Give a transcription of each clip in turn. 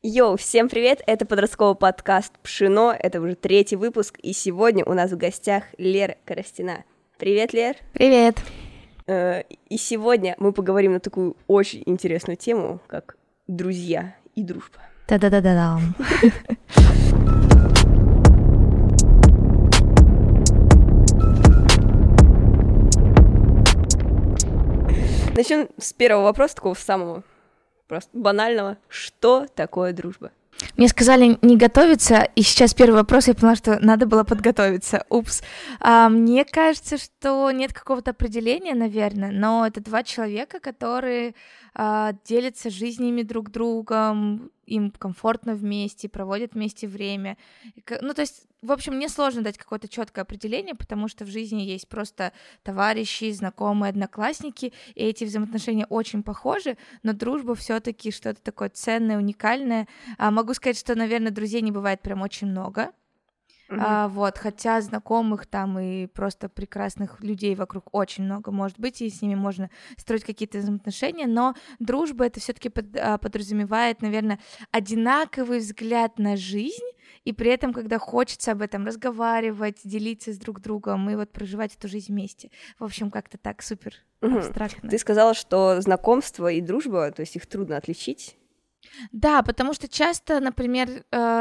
Йоу, всем привет, это подростковый подкаст «Пшено», это уже 3-й выпуск, и сегодня у нас в гостях Лера Коростина. Привет, Лер! Привет! И сегодня мы поговорим на такую очень интересную тему, как друзья и дружба. Да-да-да-да-да. Начнем с первого вопроса, такого самого просто банального. Что такое дружба? Мне сказали не готовиться, и сейчас первый вопрос, я поняла, что надо было подготовиться. Упс. Мне кажется, что нет какого-то определения, наверное, но это два человека, которые делятся жизнями друг другом, им комфортно вместе, проводят вместе время. Ну, то есть, в общем, мне сложно дать какое-то четкое определение, потому что в жизни есть просто товарищи, знакомые, одноклассники, и эти взаимоотношения очень похожи, но дружба все-таки что-то такое ценное, уникальное. Могу сказать, что, наверное, друзей не бывает прям очень много. Вот, хотя знакомых там и просто прекрасных людей вокруг очень много может быть, и с ними можно строить какие-то взаимоотношения, но дружба это все-таки подразумевает, наверное, одинаковый взгляд на жизнь, и при этом, когда хочется об этом разговаривать, делиться с друг другом и вот проживать эту жизнь вместе. В общем, как-то так супер абстрактно. Ты сказала, что знакомство и дружба, то есть их трудно отличить? Да, потому что часто, например,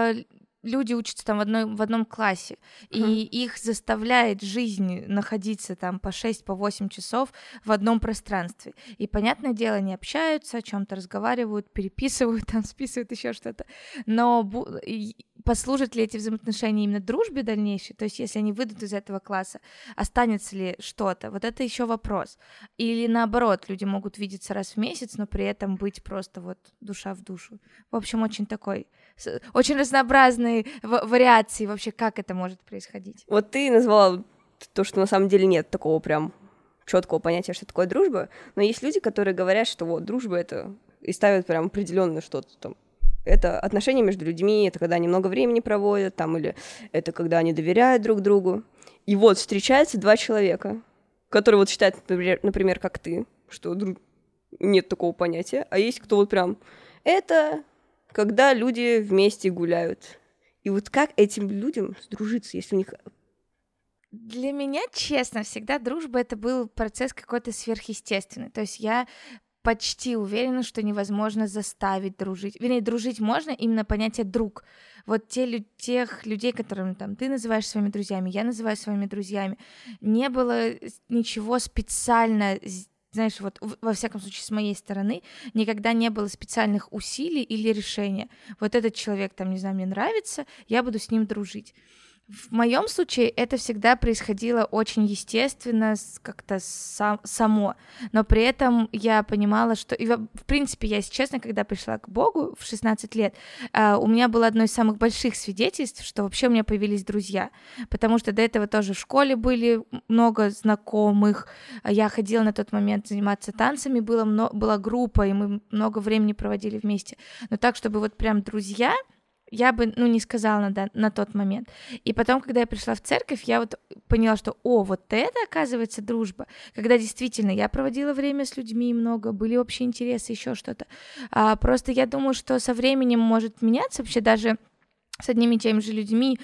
люди учатся там в одном классе, и их заставляет жизнь находиться там по 6-8 часов в одном пространстве. И, понятное дело, они общаются, о чем-то разговаривают, переписывают, там, списывают еще что-то. Но послужат ли эти взаимоотношения именно дружбе дальнейшей? То есть, если они выйдут из этого класса, останется ли что-то? Вот это еще вопрос. Или наоборот, люди могут видеться раз в месяц, но при этом быть просто вот душа в душу. В общем, очень разнообразные вариации вообще, как это может происходить. Вот ты назвала то, что на самом деле нет такого прям четкого понятия, что такое дружба, но есть люди, которые говорят, что вот дружба это и ставят прям определенно что-то там. Это отношения между людьми, это когда они много времени проводят, там, или это когда они доверяют друг другу. И вот встречаются два человека, которые вот считают, например, как ты, что нет такого понятия, а есть кто вот прям... Это когда люди вместе гуляют. И вот как этим людям сдружиться, если у них... Для меня, честно, всегда дружба — это был процесс какой-то сверхъестественный. То есть я почти уверена, что невозможно заставить дружить. Вернее, дружить можно, именно понятие «друг». Вот тех людей, которым там ты называешь своими друзьями, я называю своими друзьями, не было ничего специально, знаешь, вот во всяком случае с моей стороны, никогда не было специальных усилий или решения. Вот этот человек там, не знаю, мне нравится, я буду с ним дружить. В моем случае это всегда происходило очень естественно, как-то само, но при этом я понимала, что... И, в принципе, я, если честно, когда пришла к Богу в 16 лет, у меня было одно из самых больших свидетельств, что вообще у меня появились друзья, потому что до этого тоже в школе были много знакомых, я ходила на тот момент заниматься танцами, была группа, и мы много времени проводили вместе, но так, чтобы вот прям друзья... Я бы, не сказала на тот момент. И потом, когда я пришла в церковь, я вот поняла, что, вот это, оказывается, дружба. Когда действительно я проводила время с людьми много, были общие интересы, еще что-то. Просто я думаю, что со временем может меняться вообще даже... с одними и теми же людьми,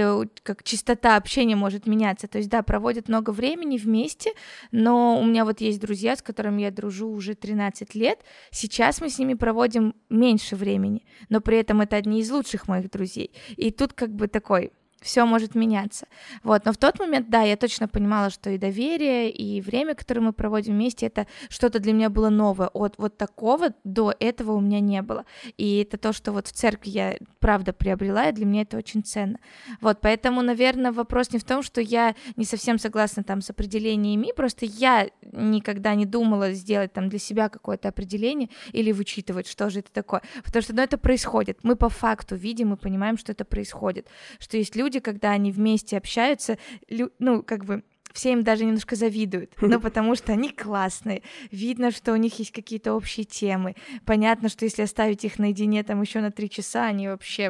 как частота общения может меняться. То есть, да, проводят много времени вместе, но у меня вот есть друзья, с которыми я дружу уже 13 лет. Сейчас мы с ними проводим меньше времени, но при этом это одни из лучших моих друзей. И тут как бы такой... все может меняться. Вот, но в тот момент, да, я точно понимала, что и доверие, и время, которое мы проводим вместе, это что-то для меня было новое. Вот такого до этого у меня не было. И это то, что вот в церкви я, правда, приобрела, и для меня это очень ценно. Вот, поэтому, наверное, вопрос не в том, что я не совсем согласна там с определениями, просто я никогда не думала сделать там для себя какое-то определение или вычитывать, что же это такое. Потому что, это происходит. Мы по факту видим и понимаем, что это происходит. Что есть люди, когда они вместе общаются, все им даже немножко завидуют, потому что они классные, видно, что у них есть какие-то общие темы, понятно, что если оставить их наедине там еще на 3 часа, они вообще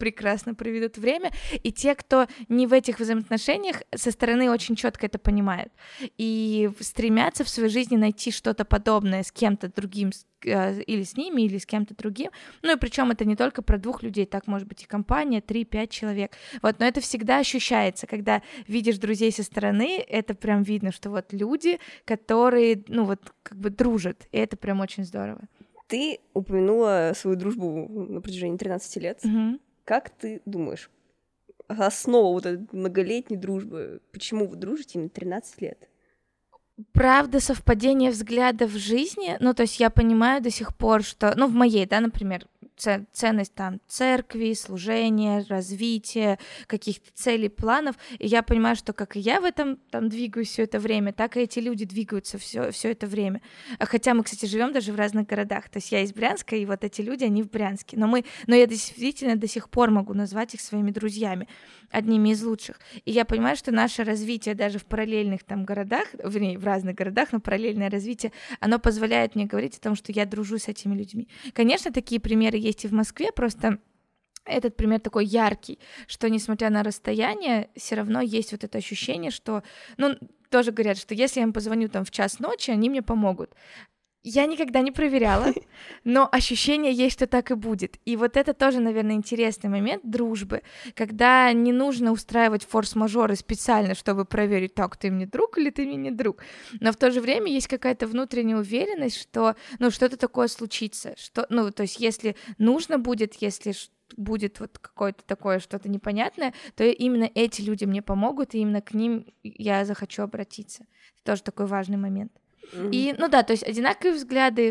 прекрасно проведут время, и те, кто не в этих взаимоотношениях, со стороны очень четко это понимают и стремятся в своей жизни найти что-то подобное с кем-то другим, или с ними, или с кем-то другим. Ну и причем это не только про 2 людей, так может быть и компания, 3-5 человек. Вот, но это всегда ощущается, когда видишь друзей со стороны, это прям видно, что вот люди, которые, ну вот, как бы дружат, и это прям очень здорово. Ты упомянула свою дружбу на протяжении 13 лет. Угу. Как ты думаешь, основа вот этой многолетней дружбы, почему вы дружите именно 13 лет? Правда, совпадение взглядов в жизни, ну, то есть я понимаю до сих пор, что, ну, в моей, да, например, ценность там церкви, служения, развития, каких-то целей, планов, и я понимаю, что как и я в этом там двигаюсь все это время, так и эти люди двигаются все это время. Хотя мы, кстати, живем даже в разных городах, то есть я из Брянска, и вот эти люди, они в Брянске, но я действительно до сих пор могу назвать их своими друзьями, одними из лучших. И я понимаю, что наше развитие даже в параллельных там городах, вернее, в разных городах, но параллельное развитие, оно позволяет мне говорить о том, что я дружу с этими людьми. Конечно, такие примеры есть и в Москве, просто этот пример такой яркий, что несмотря на расстояние, все равно есть вот это ощущение, что, ну, тоже говорят, что если я им позвоню там в 1:00 ночи, они мне помогут. Я никогда не проверяла, но ощущение есть, что так и будет. И вот это тоже, наверное, интересный момент дружбы, когда не нужно устраивать форс-мажоры специально, чтобы проверить, так, ты мне друг или ты мне не друг. Но в то же время есть какая-то внутренняя уверенность, что, ну, что-то такое случится. Что, ну, то есть если нужно будет, если будет вот какое-то такое что-то непонятное, то именно эти люди мне помогут, и именно к ним я захочу обратиться. Это тоже такой важный момент. И, ну да, то есть одинаковые взгляды,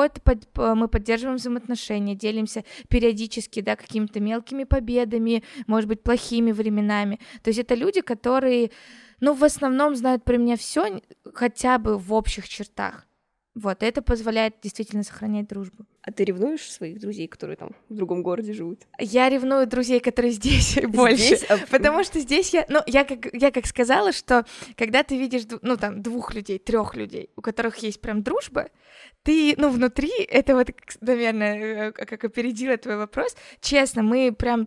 мы поддерживаем взаимоотношения, делимся периодически, да, какими-то мелкими победами, может быть, плохими временами. То есть это люди, которые, ну, в основном знают про меня все, хотя бы в общих чертах. Вот, это позволяет действительно сохранять дружбу. А ты ревнуешь своих друзей, которые там в другом городе живут? Я ревную друзей, которые здесь больше, потому что здесь я как сказала, что когда ты видишь, ну, там, 2 людей, 3 людей, у которых есть прям дружба, ты, ну, внутри, это вот, наверное, как опередила твой вопрос, честно, мы прям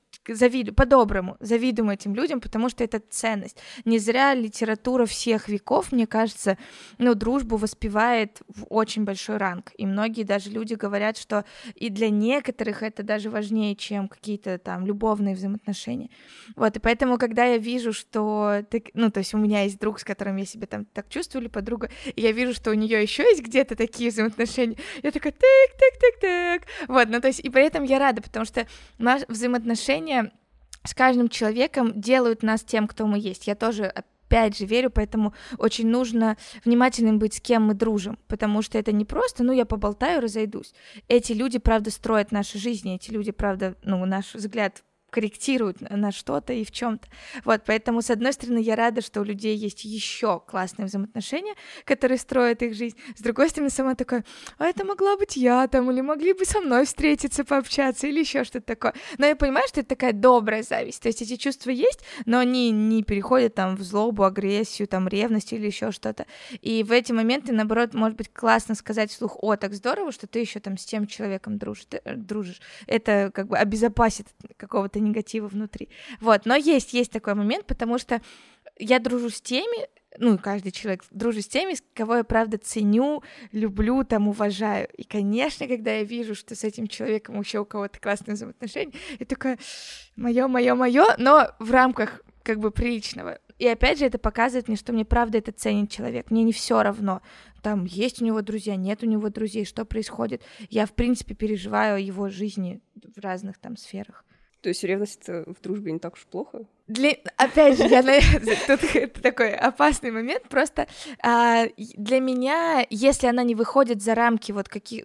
по-доброму завидуем этим людям, потому что это ценность. Не зря литература всех веков, мне кажется, ну, дружбу воспевает в очень большой ранг. И многие даже люди говорят, что и для некоторых это даже важнее, чем какие-то там любовные взаимоотношения. Вот, и поэтому, когда я вижу, что... Ну, то есть у меня есть друг, с которым я себя там так чувствую, или подруга, и я вижу, что у нее еще есть где-то такие взаимоотношения, я такая, так. Вот, ну, то есть, и при этом я рада, потому что наши взаимоотношения с каждым человеком делают нас тем, кто мы есть. Я тоже, опять же, верю, поэтому очень нужно внимательным быть, с кем мы дружим, потому что это не просто, ну, я поболтаю, разойдусь. Эти люди, правда, строят наши жизни, эти люди, правда, ну, наш взгляд корректируют на что-то и в чем-то. Вот, поэтому, с одной стороны, я рада, что у людей есть еще классные взаимоотношения, которые строят их жизнь. С другой стороны, сама такая, а это могла быть я там, или могли бы со мной встретиться, пообщаться, или еще что-то такое. Но я понимаю, что это такая добрая зависть. То есть эти чувства есть, но они не переходят там в злобу, агрессию, там, ревность или еще что-то. И в эти моменты, наоборот, может быть классно сказать вслух, о, так здорово, что ты еще там с тем человеком дружишь. Это как бы обезопасит какого-то негатива внутри. Вот, но есть такой момент, потому что я дружу с теми, ну, каждый человек дружит с теми, кого я, правда, ценю, люблю, там, уважаю. И, конечно, когда я вижу, что с этим человеком еще у кого-то классные взаимоотношения, я такая, моё, но в рамках как бы приличного. И опять же, это показывает мне, что мне правда это ценит человек. Мне не все равно, там, есть у него друзья, нет у него друзей, что происходит. Я, в принципе, переживаю о его жизни в разных там сферах. То есть ревность в дружбе не так уж плохо? Опять же, тут это такой опасный момент, просто для меня, если она не выходит за рамки,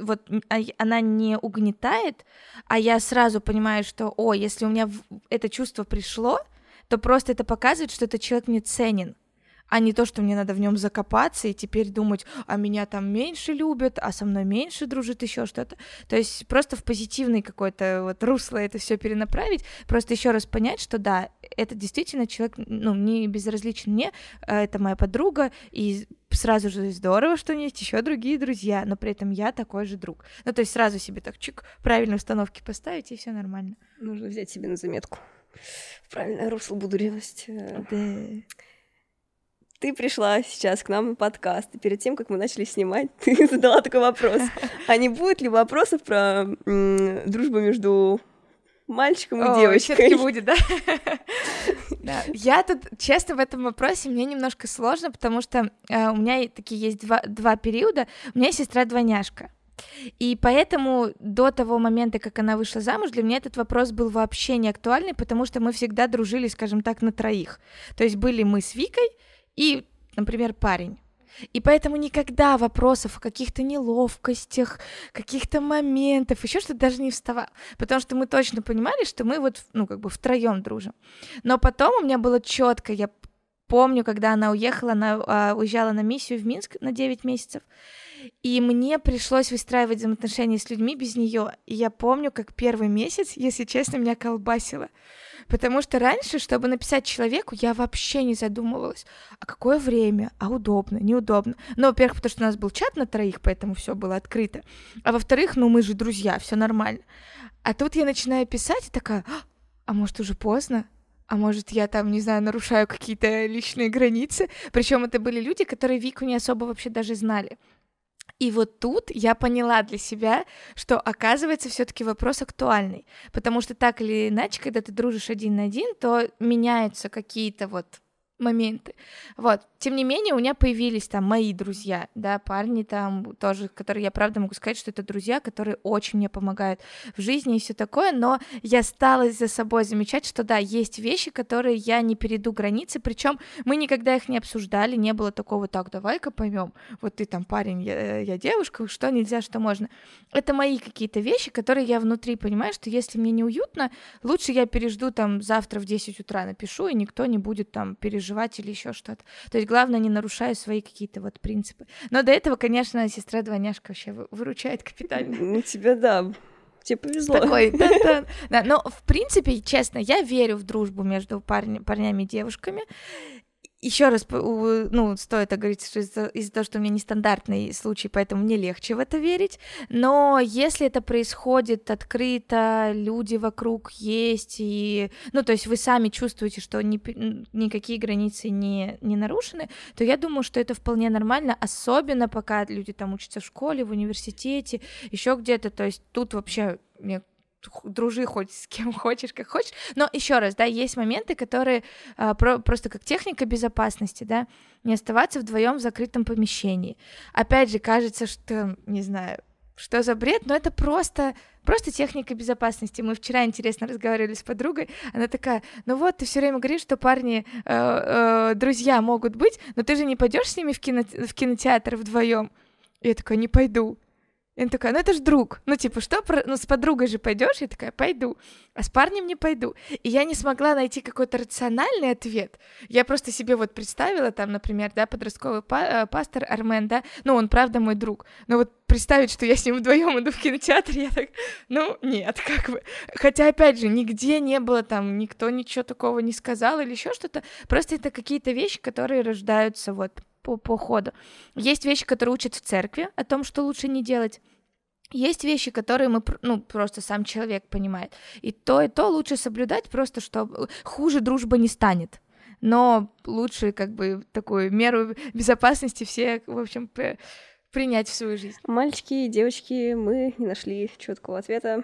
она не угнетает, а я сразу понимаю, что, если у меня это чувство пришло, то просто это показывает, что этот человек мне ценен. а не то, что мне надо в нем закопаться и теперь думать, а меня там меньше любят, а со мной меньше дружит, еще что-то. То есть просто в позитивный какой-то вот русло это все перенаправить, просто еще раз понять, что да, это действительно человек, ну, не безразличен мне, это моя подруга, и сразу же здорово, что у нее есть еще другие друзья, но при этом я такой же друг. Ну, то есть сразу себе так чик, правильные установки поставить, и все нормально. Нужно взять себе на заметку. В правильное русло буду ревность. Да. Ты пришла сейчас к нам на подкаст, и перед тем, как мы начали снимать, ты задала такой вопрос. А не будет ли вопросов про дружбу между мальчиком и девочкой? Всё-таки будет, да? Да. Я тут, честно, в этом вопросе мне немножко сложно, потому что у меня такие есть два периода. У меня есть сестра-двойняшка. И поэтому до того момента, как она вышла замуж, для меня этот вопрос был вообще не актуальный, потому что мы всегда дружили, скажем так, на троих. То есть были мы с Викой и, например, парень. И поэтому никогда вопросов о каких-то неловкостях, каких-то моментах, еще что-то даже не вставало. Потому что мы точно понимали, что мы вот, ну, как бы втроем дружим. Но потом у меня было четко, я помню, когда она уехала, она уезжала на миссию в Минск на 9 месяцев, и мне пришлось выстраивать взаимоотношения с людьми без нее. И я помню, как первый месяц, если честно, меня колбасило. Потому что раньше, чтобы написать человеку, я вообще не задумывалась, а какое время, а удобно, неудобно. Ну, во-первых, потому что у нас был чат на троих, поэтому все было открыто. А во-вторых, ну, мы же друзья, все нормально. А тут я начинаю писать и такая, а может, уже поздно? А может, я там, не знаю, нарушаю какие-то личные границы? Причем это были люди, которые Вику не особо вообще даже знали. И вот тут я поняла для себя, что, оказывается, все-таки вопрос актуальный, потому что так или иначе, когда ты дружишь один на один, то меняются какие-то вот моменты. Вот. Тем не менее, у меня появились там мои друзья, да, парни там тоже, которые я правда могу сказать, что это друзья, которые очень мне помогают в жизни и все такое, но я стала за собой замечать, что да, есть вещи, которые я не перейду границы, причем мы никогда их не обсуждали, не было такого, так, давай-ка поймем, вот ты там парень, я девушка, что нельзя, что можно. Это мои какие-то вещи, которые я внутри понимаю, что если мне неуютно, лучше я пережду там завтра в 10 утра напишу, и никто не будет там переживать или еще что-то. То есть главное, не нарушаю свои какие-то вот принципы. Но до этого, конечно, сестра-двойняшка вообще выручает капитально. Ну, тебе, да, тебе повезло. Такой, да. Но, в принципе, честно, я верю в дружбу между парнями и девушками. Еще раз, ну, стоит оговориться, что из-за того, что у меня нестандартный случай, поэтому мне легче в это верить, но если это происходит открыто, люди вокруг есть, и, ну, то есть вы сами чувствуете, что никакие границы не нарушены, то я думаю, что это вполне нормально, особенно пока люди там учатся в школе, в университете, еще где-то, то есть тут вообще мне дружи хоть с кем хочешь, как хочешь, но еще раз, да, есть моменты, которые просто как техника безопасности, да, не оставаться вдвоем в закрытом помещении. Опять же, кажется, что, не знаю, что за бред, но это просто техника безопасности. Мы вчера интересно разговаривали с подругой, она такая, ну вот, ты все время говоришь, что парни, друзья могут быть, но ты же не пойдешь с ними в кинотеатр вдвоем. И я такая, не пойду. И она такая, ну это ж друг, ну типа, что, ну с подругой же пойдешь? Я такая, пойду, а с парнем не пойду. И я не смогла найти какой-то рациональный ответ. Я просто себе вот представила там, например, да, подростковый пастор Армен, да, ну он правда мой друг, но вот представить, что я с ним вдвоем иду в кинотеатр, я так, ну нет, как бы. Хотя, опять же, нигде не было там, никто ничего такого не сказал или еще что-то, просто это какие-то вещи, которые рождаются вот по ходу. Есть вещи, которые учат в церкви о том, что лучше не делать. Есть вещи, которые мы, ну, просто сам человек понимает. И то лучше соблюдать, просто что хуже дружба не станет. Но лучше как бы такую меру безопасности все, в общем, принять в свою жизнь. Мальчики и девочки, мы не нашли четкого ответа.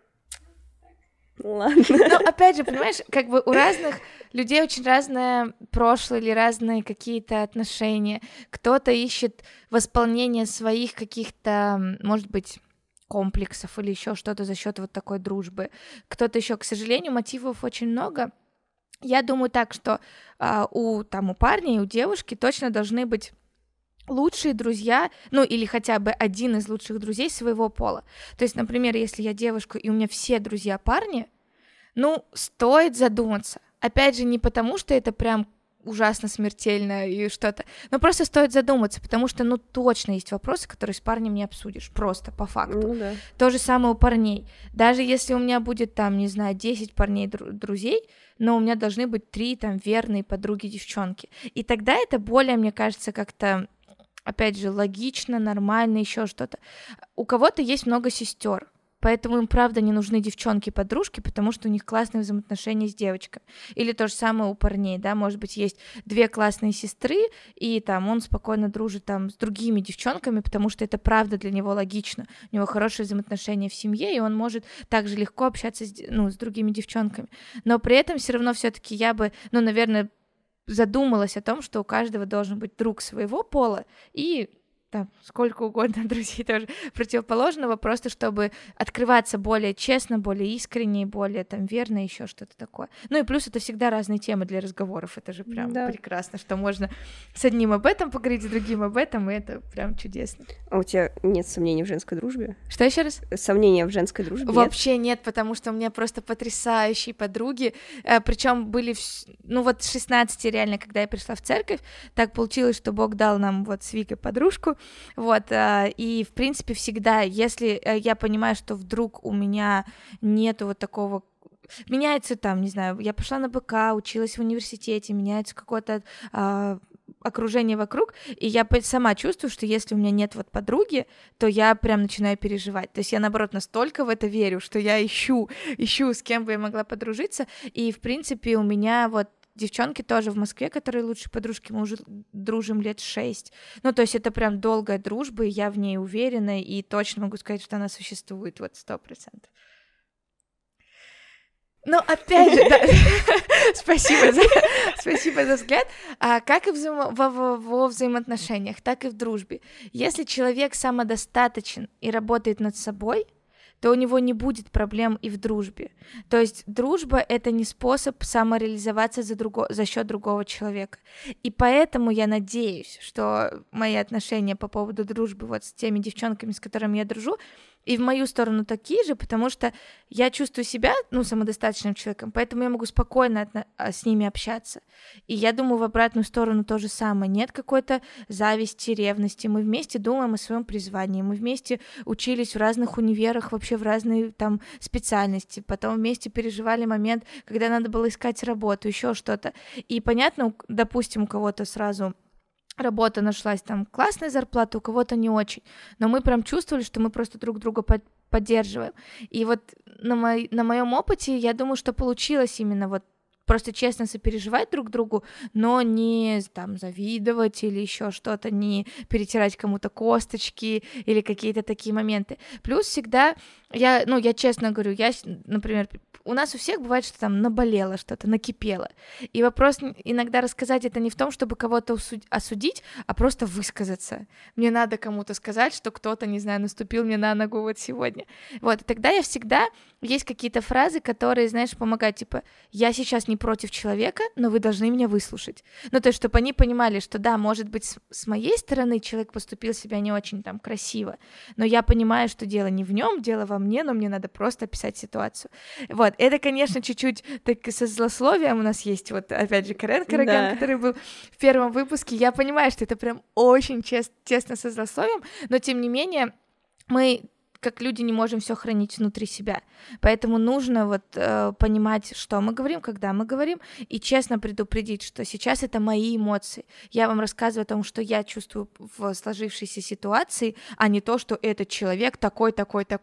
Ладно. Но опять же, понимаешь, как бы у разных людей очень разное прошлое или разные какие-то отношения. Кто-то ищет восполнение своих каких-то, может быть, комплексов или еще что-то за счет вот такой дружбы. Кто-то еще, к сожалению, мотивов очень много. Я думаю так, что у парня и у девушки точно должны быть лучшие друзья, ну или хотя бы один из лучших друзей своего пола. То есть, например, если я девушка и у меня все друзья парни, ну, стоит задуматься. Опять же, не потому, что это прям ужасно смертельно и что-то. Но просто стоит задуматься, потому что, ну, точно есть вопросы, которые с парнем не обсудишь, просто по факту. Ну, да. То же самое у парней. Даже если у меня будет там, не знаю, 10 парней друзей, но у меня должны быть 3 там верные подруги-девчонки. И тогда это более, мне кажется, как-то, опять же, логично, нормально, еще что-то. У кого-то есть много сестер. Поэтому им, правда, не нужны девчонки-подружки, потому что у них классные взаимоотношения с девочками. Или то же самое у парней, да, может быть, есть 2 классные сестры, и там он спокойно дружит там с другими девчонками, потому что это, правда, для него логично. У него хорошие взаимоотношения в семье, и он может также легко общаться с другими девчонками. Но при этом все равно все-таки я бы, ну, наверное, задумалась о том, что у каждого должен быть друг своего пола, и там сколько угодно друзей тоже противоположного, просто чтобы открываться более честно, более искренне, более там верно, еще что-то такое. Ну и плюс это всегда разные темы для разговоров, это же прям прекрасно, что можно с одним об этом поговорить, с другим об этом, и это прям чудесно. А у тебя нет сомнений в женской дружбе? Что еще раз? Сомнения в женской дружбе? Вообще нет, потому что у меня просто потрясающие подруги, причем были, ну вот с 16 реально, когда я пришла в церковь, так получилось, что Бог дал нам вот с Викой подружку, вот, и, в принципе, всегда, если я понимаю, что вдруг у меня нету вот такого, меняется там, не знаю, я пошла на БК, училась в университете, меняется какое-то окружение вокруг, и я сама чувствую, что если у меня нет вот подруги, то я прям начинаю переживать, то есть я, наоборот, настолько в это верю, что я ищу, с кем бы я могла подружиться, и, в принципе, у меня вот девчонки тоже в Москве, которые лучшие подружки, мы уже дружим лет 6. Ну, то есть это прям долгая дружба, и я в ней уверена, и точно могу сказать, что она существует вот 100%. Ну, опять же, да, спасибо за взгляд. Как и во взаимоотношениях, так и в дружбе. Если человек самодостаточен и работает над собой, то у него не будет проблем и в дружбе. То есть дружба — это не способ самореализоваться за счет другого человека. И поэтому я надеюсь, что мои отношения по поводу дружбы вот с теми девчонками, с которыми я дружу, и в мою сторону такие же, потому что я чувствую себя, ну, самодостаточным человеком, поэтому я могу спокойно с ними общаться. И я думаю, в обратную сторону то же самое. Нет какой-то зависти, ревности. Мы вместе думаем о своем призвании, мы вместе учились в разных универах, вообще в разные там специальности, потом вместе переживали момент, когда надо было искать работу, еще что-то. И понятно, допустим, у кого-то сразу работа нашлась, там классная зарплата, у кого-то не очень, но мы прям чувствовали, что мы просто друг друга поддерживаем. И вот на моем опыте я думаю, что получилось именно вот просто честно сопереживать друг другу, но не там завидовать или еще что-то, не перетирать кому-то косточки или какие-то такие моменты. Плюс всегда я честно говорю, например, у нас у всех бывает, что там наболело что-то, накипело. И вопрос иногда рассказать это не в том, чтобы кого-то осудить, а просто высказаться. Мне надо кому-то сказать, что кто-то, не знаю, наступил мне на ногу вот сегодня. Вот, и тогда я всегда... Есть какие-то фразы, которые, знаешь, помогают, типа, я сейчас не против человека, но вы должны меня выслушать. Ну, то есть, чтобы они понимали, что да, может быть, с моей стороны человек поступил себя не очень там красиво, но я понимаю, что дело не в нем, дело во мне, но мне надо просто описать ситуацию. Вот, это, конечно, чуть-чуть так со злословием у нас есть, вот, опять же, Карен Караган, который был в первом выпуске, я понимаю, что это прям очень тесно со злословием, но, тем не менее, мы... как люди не можем все хранить внутри себя. Поэтому нужно вот понимать, что мы говорим, когда мы говорим, и честно предупредить, что сейчас это мои эмоции. Я вам рассказываю о том, что я чувствую в сложившейся ситуации, а не то, что этот человек такой.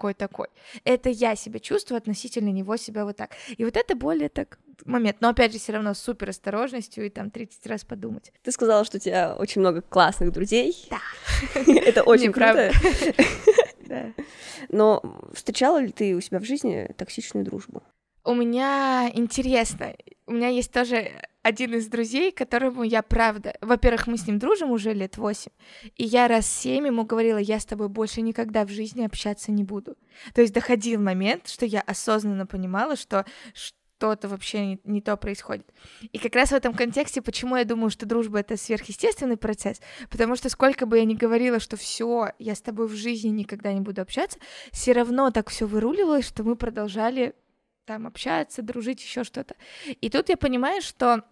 Это я себя чувствую, относительно него себя вот так. И вот это более так момент. Но опять же, все равно с супер осторожностью и там 30 раз подумать. Ты сказала, что у тебя очень много классных друзей. Да. Это очень круто. Да. Но встречала ли ты у себя в жизни токсичную дружбу? У меня интересно. У меня есть тоже один из друзей, которому я правда... Во-первых, мы с ним дружим уже лет 8, и я раз 7 ему говорила, я с тобой больше никогда в жизни общаться не буду. То есть доходил момент, что я осознанно понимала, что что-то вообще не то происходит. И как раз в этом контексте, почему я думаю, что дружба — это сверхъестественный процесс, потому что сколько бы я ни говорила, что все, я с тобой в жизни никогда не буду общаться, все равно так все выруливалось, что мы продолжали там общаться, дружить, еще что-то. И тут я понимаю, что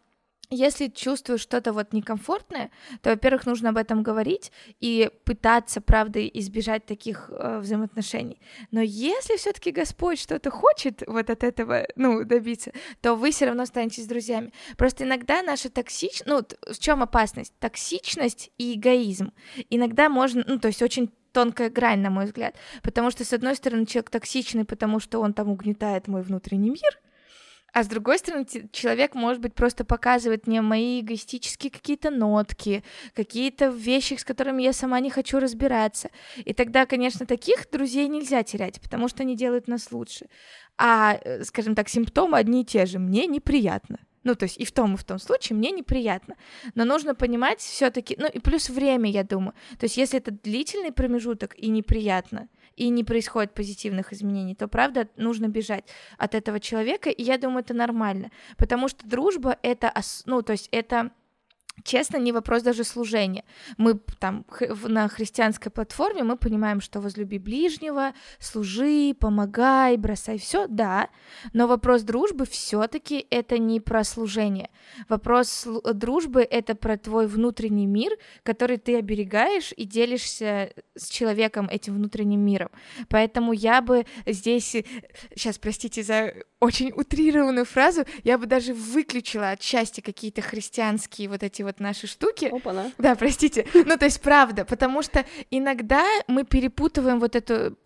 если чувствуешь что-то вот некомфортное, то, во-первых, нужно об этом говорить и пытаться, правда, избежать таких взаимоотношений. Но если все-таки Господь что-то хочет вот от этого, ну, добиться, то вы все равно останетесь друзьями. Просто иногда наша токсичность, ну, в чем опасность? Токсичность и эгоизм. Иногда можно, ну, то есть очень тонкая грань, на мой взгляд, потому что, с одной стороны, человек токсичный, потому что он там угнетает мой внутренний мир, а с другой стороны, человек, может быть, просто показывает мне мои эгоистические какие-то нотки, какие-то вещи, с которыми я сама не хочу разбираться. И тогда, конечно, таких друзей нельзя терять, потому что они делают нас лучше. А, скажем так, симптомы одни и те же. Мне неприятно. Ну, то есть и в том случае мне неприятно. Но нужно понимать все-таки, ну и плюс время, я думаю. То есть если это длительный промежуток и неприятно, и не происходит позитивных изменений, то, правда, нужно бежать от этого человека, и я думаю, это нормально. Потому что дружба — это, ну, то есть это... Честно, не вопрос даже служения. Мы там на христианской платформе мы понимаем, что возлюби ближнего, служи, помогай, бросай все, да. Но вопрос дружбы все-таки это не про служение. Вопрос дружбы это про твой внутренний мир, который ты оберегаешь и делишься с человеком этим внутренним миром. Поэтому я бы здесь, сейчас простите за очень утрированную фразу, я бы даже выключила отчасти какие-то христианские вот эти вот наши штуки. Опа-на. Да, простите. Ну, то есть, правда, потому что иногда мы путаем вот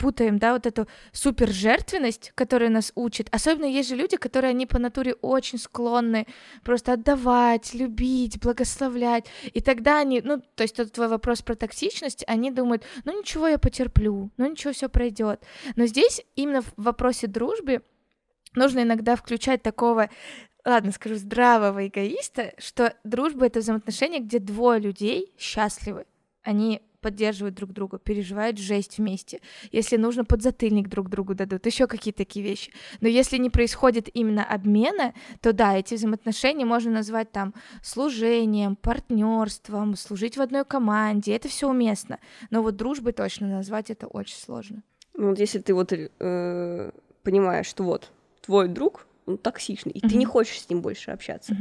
эту супержертвенность, которая нас учит. Особенно есть же люди, которые, они по натуре очень склонны просто отдавать, любить, благословлять. И тогда они, ну, то есть, тот твой вопрос про токсичность, они думают, ну, ничего, я потерплю, ну, ничего, все пройдет. Но здесь именно в вопросе дружбы нужно иногда включать такого, ладно, скажу, здравого эгоиста, что дружба — это взаимоотношения, где двое людей счастливы, они поддерживают друг друга, переживают жесть вместе. Если нужно, подзатыльник друг другу дадут, еще какие-то такие вещи. Но если не происходит именно обмена, то да, эти взаимоотношения можно назвать там служением, партнерством, служить в одной команде, это все уместно. Но вот дружбой точно назвать это очень сложно. Ну вот если ты вот понимаешь, что вот твой друг, он токсичный, и ты не хочешь с ним больше общаться.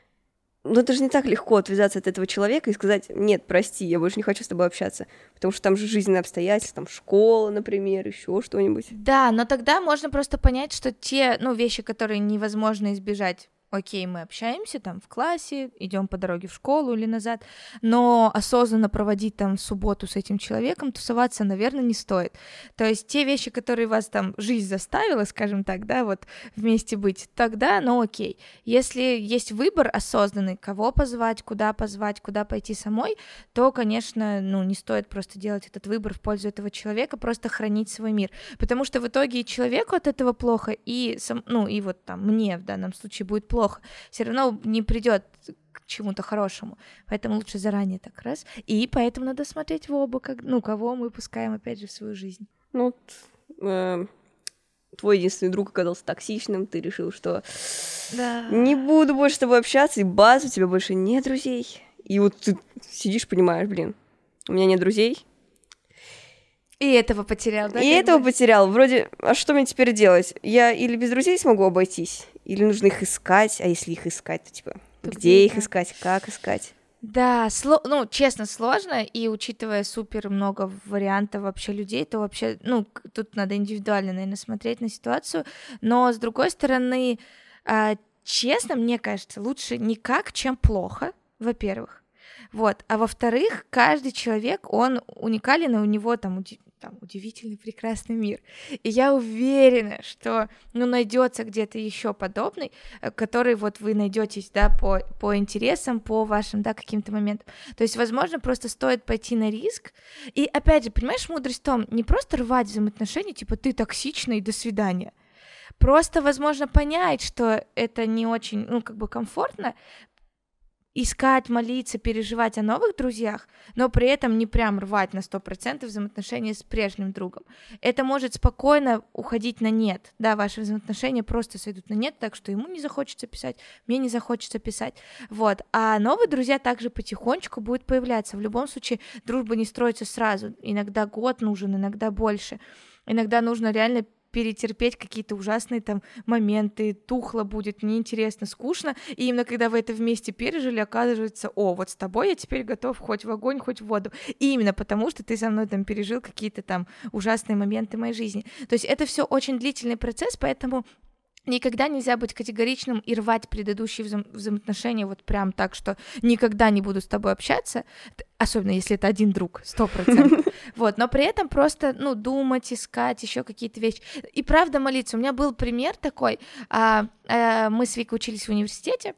Но это же не так легко отвязаться от этого человека и сказать, нет, прости, я больше не хочу с тобой общаться, потому что там же жизненные обстоятельства, там школа, например, еще что-нибудь. Да, но тогда можно просто понять, что те, ну, вещи, которые невозможно избежать, окей, мы общаемся там в классе, идем по дороге в школу или назад, но осознанно проводить там субботу с этим человеком, тусоваться, наверное, не стоит. То есть те вещи, которые вас там жизнь заставила, скажем так, да, вот вместе быть, тогда, ну окей. Если есть выбор осознанный, кого позвать, куда пойти самой, то, конечно, ну, не стоит просто делать этот выбор в пользу этого человека, просто хранить свой мир. Потому что в итоге и человеку от этого плохо, и, ну, и вот там мне в данном случае будет плохо, все равно не придет к чему-то хорошему. Поэтому лучше заранее так раз. И поэтому надо смотреть в оба, как, ну, кого мы пускаем опять же в свою жизнь. Ну, твой единственный друг оказался токсичным, ты решил, что не буду больше с тобой общаться, и бац, у тебя больше нет друзей. И вот ты сидишь, понимаешь, блин, у меня нет друзей. И этого потерял, да? И этого потерял. Вроде, а что мне теперь делать? Я или без друзей смогу обойтись, или нужно их искать, а если их искать, то типа, то где их искать, как искать? Да, ну, честно, сложно, и учитывая супер много вариантов вообще людей, то вообще, ну, тут надо индивидуально, наверное, смотреть на ситуацию, но, с другой стороны, честно, мне кажется, лучше никак, чем плохо, во-первых, вот, а во-вторых, каждый человек, он уникален, и у него там удивительный, прекрасный мир. И я уверена, что, ну, найдется где-то еще подобный, который вот вы найдетесь, да, по интересам, по вашим, да, каким-то моментам. То есть, возможно, просто стоит пойти на риск. И, опять же, понимаешь, мудрость в том, не просто рвать взаимоотношения, типа, ты токсичный, до свидания. Просто, возможно, понять, что это не очень, ну, как бы комфортно, искать, молиться, переживать о новых друзьях, но при этом не прям рвать на 100% взаимоотношения с прежним другом. Это может спокойно уходить на нет, да, ваши взаимоотношения просто сойдут на нет, так что ему не захочется писать, мне не захочется писать, вот. А новые друзья также потихонечку будут появляться. В любом случае дружба не строится сразу, иногда год нужен, иногда больше. Иногда нужно реально перетерпеть какие-то ужасные там моменты, тухло будет, неинтересно, скучно, и именно когда вы это вместе пережили, оказывается, вот с тобой я теперь готов хоть в огонь, хоть в воду, и именно потому, что ты со мной там пережил какие-то там ужасные моменты моей жизни. То есть это все очень длительный процесс, поэтому никогда нельзя быть категоричным и рвать предыдущие взаимоотношения вот прям так, что никогда не буду с тобой общаться, особенно если это один друг, 100%. Вот, но при этом просто, думать, искать еще какие-то вещи. И правда молиться. У меня был пример такой. Мы с Викой учились в университете,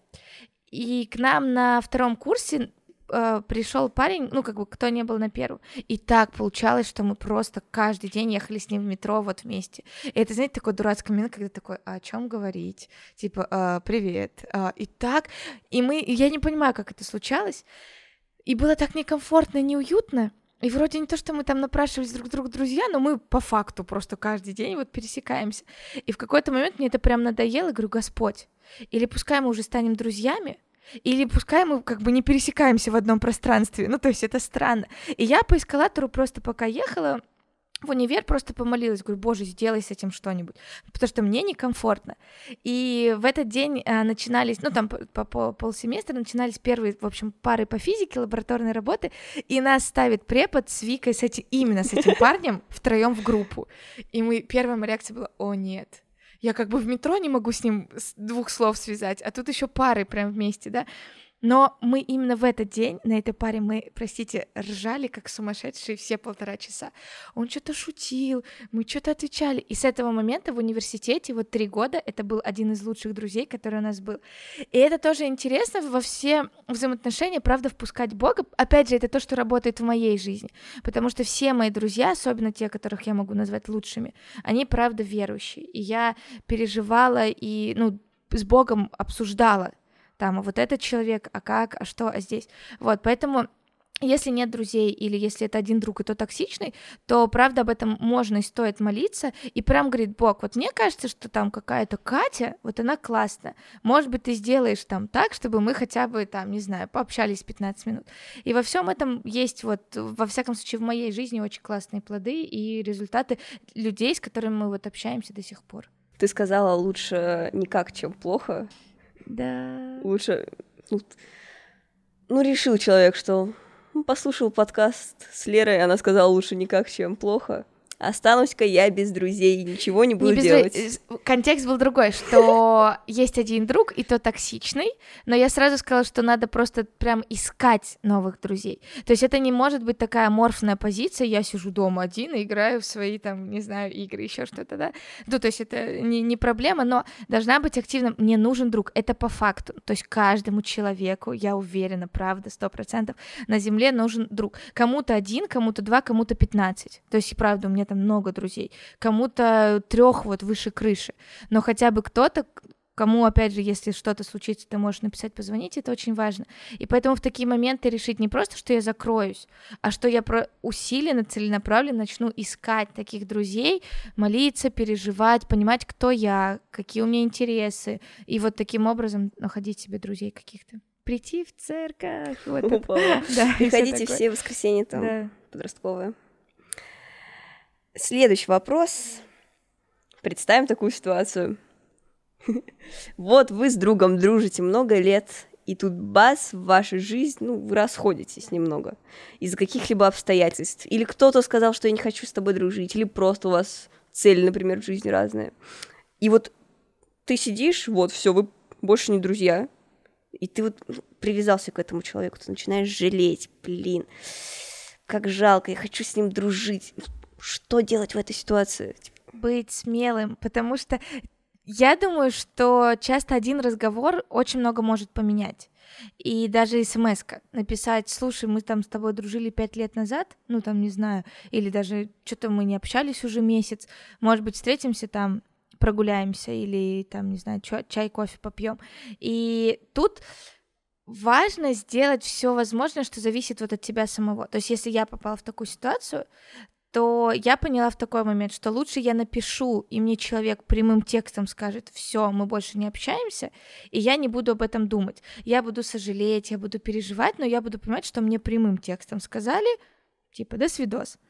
и к нам на 2-м курсе пришел парень, кто не был на первом, и так получалось, что мы просто каждый день ехали с ним в метро вот вместе. И это, знаете, такой дурацкий момент, когда такой, о чем говорить? Типа, привет. И так, я не понимаю, как это случалось, и было так некомфортно, неуютно, и вроде не то, что мы там напрашивались друг друга друзья, но мы по факту просто каждый день вот пересекаемся. И в какой-то момент мне это прям надоело, и говорю, Господь, или пускай мы уже станем друзьями, или пускай мы как бы не пересекаемся в одном пространстве, то есть это странно. И я по эскалатору просто пока ехала в универ, просто помолилась, говорю, Боже, сделай с этим что-нибудь, потому что мне некомфортно. И в этот день начинались, там по полсеместра начинались первые, в общем, пары по физике, лабораторные работы, и нас ставит препод с Викой, именно с этим парнем втроем в группу. И первая моя реакция была, о нет, я как бы в метро не могу с ним 2 слов связать, а тут еще пары прям вместе, да. Но мы именно в этот день, на этой паре мы, ржали как сумасшедшие все 1,5 часа. Он что-то шутил, мы что-то отвечали. И с этого момента в университете, 3 года, это был один из лучших друзей, который у нас был. И это тоже интересно во все взаимоотношения, правда, впускать Бога. Опять же, это то, что работает в моей жизни. Потому что все мои друзья, особенно те, которых я могу назвать лучшими, они, правда, верующие. И я переживала и, с Богом обсуждала, вот этот человек, а как, а что, а здесь. Вот, поэтому если нет друзей или если это один друг и то токсичный, то, правда, об этом можно и стоит молиться, и прям говорит, Бог, мне кажется, что там какая-то Катя, она классная, может быть, ты сделаешь там так, чтобы мы хотя бы там, не знаю, пообщались 15 минут. И во всем этом есть во всяком случае, в моей жизни очень классные плоды и результаты людей, с которыми мы общаемся до сих пор. Ты сказала, лучше никак, чем плохо. Да. Лучше, решил человек, что послушал подкаст с Лерой, она сказала, лучше никак, чем плохо. Останусь-ка я без друзей, ничего не буду делать. Контекст был другой, что есть один друг, и то токсичный, но я сразу сказала, что надо просто прям искать новых друзей. То есть это не может быть такая аморфная позиция, я сижу дома один и играю в свои, там, не знаю, игры, еще что-то, да? То есть это не проблема, но должна быть активна. Мне нужен друг, это по факту. То есть каждому человеку, я уверена, правда, 100%, на земле нужен друг. Кому-то 1, кому-то 2, кому-то 15. То есть, правда, у меня там много друзей, кому-то 3 выше крыши, но хотя бы кто-то, кому, опять же, если что-то случится, ты можешь написать, позвонить, это очень важно. И поэтому в такие моменты решить не просто, что я закроюсь, а что я усиленно, целенаправленно начну искать таких друзей, молиться, переживать, понимать, кто я, какие у меня интересы, и таким образом находить себе друзей каких-то. Прийти в церковь. Приходите все в воскресенье там, подростковое. Следующий вопрос. Представим такую ситуацию. Вот вы с другом дружите много лет, и тут бац, в вашей жизни, вы расходитесь немного из-за каких-либо обстоятельств. Или кто-то сказал, что я не хочу с тобой дружить, или просто у вас цели, например, в жизни разные. И ты сидишь, все, вы больше не друзья, и ты привязался к этому человеку, ты начинаешь жалеть, как жалко, я хочу с ним дружить. Что делать в этой ситуации? Быть смелым, потому что я думаю, что часто один разговор очень много может поменять. И даже смс-ка написать, слушай, мы там с тобой дружили 5 лет назад, не знаю, или даже что-то мы не общались уже месяц, может быть, встретимся там, прогуляемся, или там, не знаю, чай, кофе попьем. И тут важно сделать все возможное, что зависит от тебя самого. То есть если я попала в такую ситуацию, то я поняла в такой момент, что лучше я напишу, и мне человек прямым текстом скажет, все, мы больше не общаемся, и я не буду об этом думать. Я буду сожалеть, я буду переживать, но я буду понимать, что мне прямым текстом сказали, до свидос.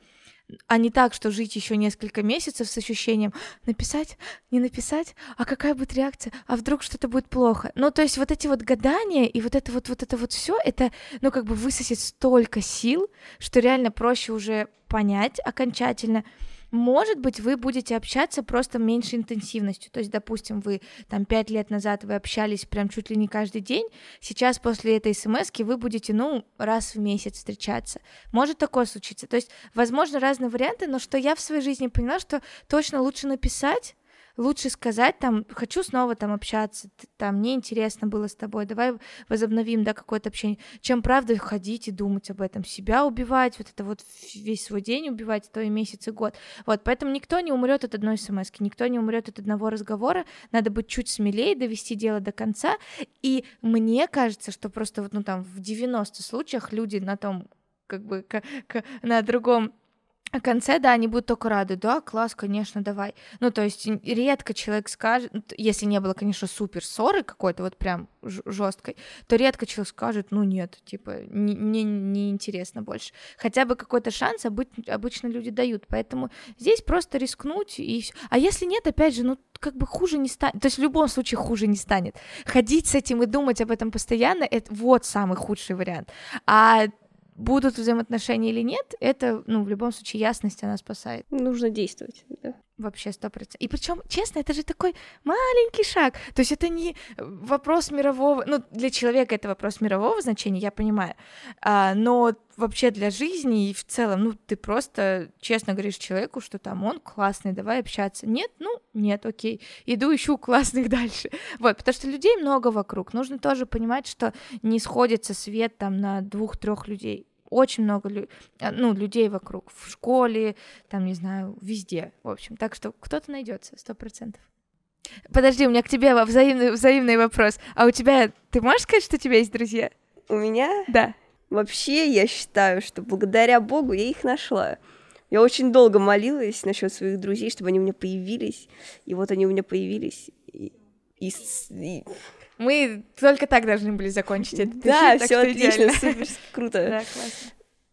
а не так, что жить еще несколько месяцев с ощущением написать, не написать, а какая будет реакция, а вдруг что-то будет плохо. Ну, то есть вот эти вот гадания и вот это все, это, ну, как бы высосет столько сил, что реально проще уже понять окончательно. Может быть, вы будете общаться просто меньшей интенсивностью. То есть, допустим, вы там 5 лет назад вы общались прям чуть ли не каждый день, сейчас после этой смс-ки вы будете, ну, раз в месяц встречаться. Может такое случиться. То есть, возможно, разные варианты, но что я в своей жизни поняла, что точно лучше написать, лучше сказать, там, хочу снова там общаться, там, мне интересно было с тобой, давай возобновим, да, какое-то общение, чем, правда, ходить и думать об этом, себя убивать, вот это вот весь свой день убивать, то и месяц, и год. Вот, поэтому никто не умрет от одной смс-ки, никто не умрет от одного разговора, надо быть чуть смелее, довести дело до конца, и мне кажется, что просто вот, ну, там, в 90 случаях люди на том, как бы, на другом конце, да, они будут только рады, да, класс, конечно, давай. Ну, то есть редко человек скажет, если не было, конечно, супер ссоры какой-то вот прям жесткой, то редко человек скажет, ну нет, типа, мне не интересно больше. Хотя бы какой-то шанс обычно люди дают, поэтому здесь просто рискнуть и всё. А если нет, опять же, ну, как бы хуже не станет, то есть в любом случае хуже не станет. Ходить с этим и думать об этом постоянно, это вот самый худший вариант. А будут взаимоотношения или нет, это, ну, в любом случае, ясность она спасает. Нужно действовать, да. Вообще 100%. И причем, честно, это же такой маленький шаг. То есть это не вопрос мирового... Ну, для человека это вопрос мирового значения, я понимаю. Но вообще для жизни и в целом, ну, ты просто честно говоришь человеку, что там он классный, давай общаться. Нет? Ну, нет, окей. Иду ищу классных дальше. Вот, потому что людей много вокруг. Нужно тоже понимать, что не сходится свет там на 2-3 людей. Очень много людей вокруг, в школе, там, не знаю, везде, в общем. Так что кто-то найдется, 100%. Подожди, у меня к тебе взаимный вопрос. А у тебя, ты можешь сказать, что у тебя есть друзья? У меня? Да. Вообще, я считаю, что благодаря Богу я их нашла. Я очень долго молилась насчет своих друзей, чтобы они у меня появились. И вот они у меня появились. Мы только так должны были закончить этот эфир. Да, все отлично, супер, круто. Да, классно.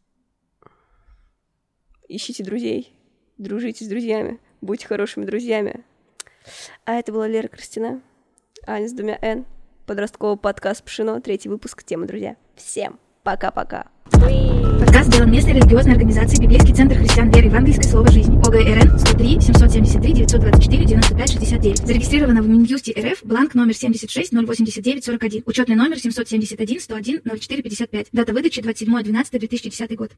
Ищите друзей, дружите с друзьями, будьте хорошими друзьями. А это была Лера Крстина, Аня с 2 Н, подростковый подкаст «Пшено», 3-й выпуск, тема «Друзья». Всем пока-пока. Подкаст сделан местной религиозной организацией «Библейский центр христиан веры евангельской слова жизни» ОГРН 103 773 924 95 69. Зарегистрировано в Минюсте РФ, бланк номер 76 089 41, учетный номер 771 101 04 55. Дата выдачи 27.12.2010 год.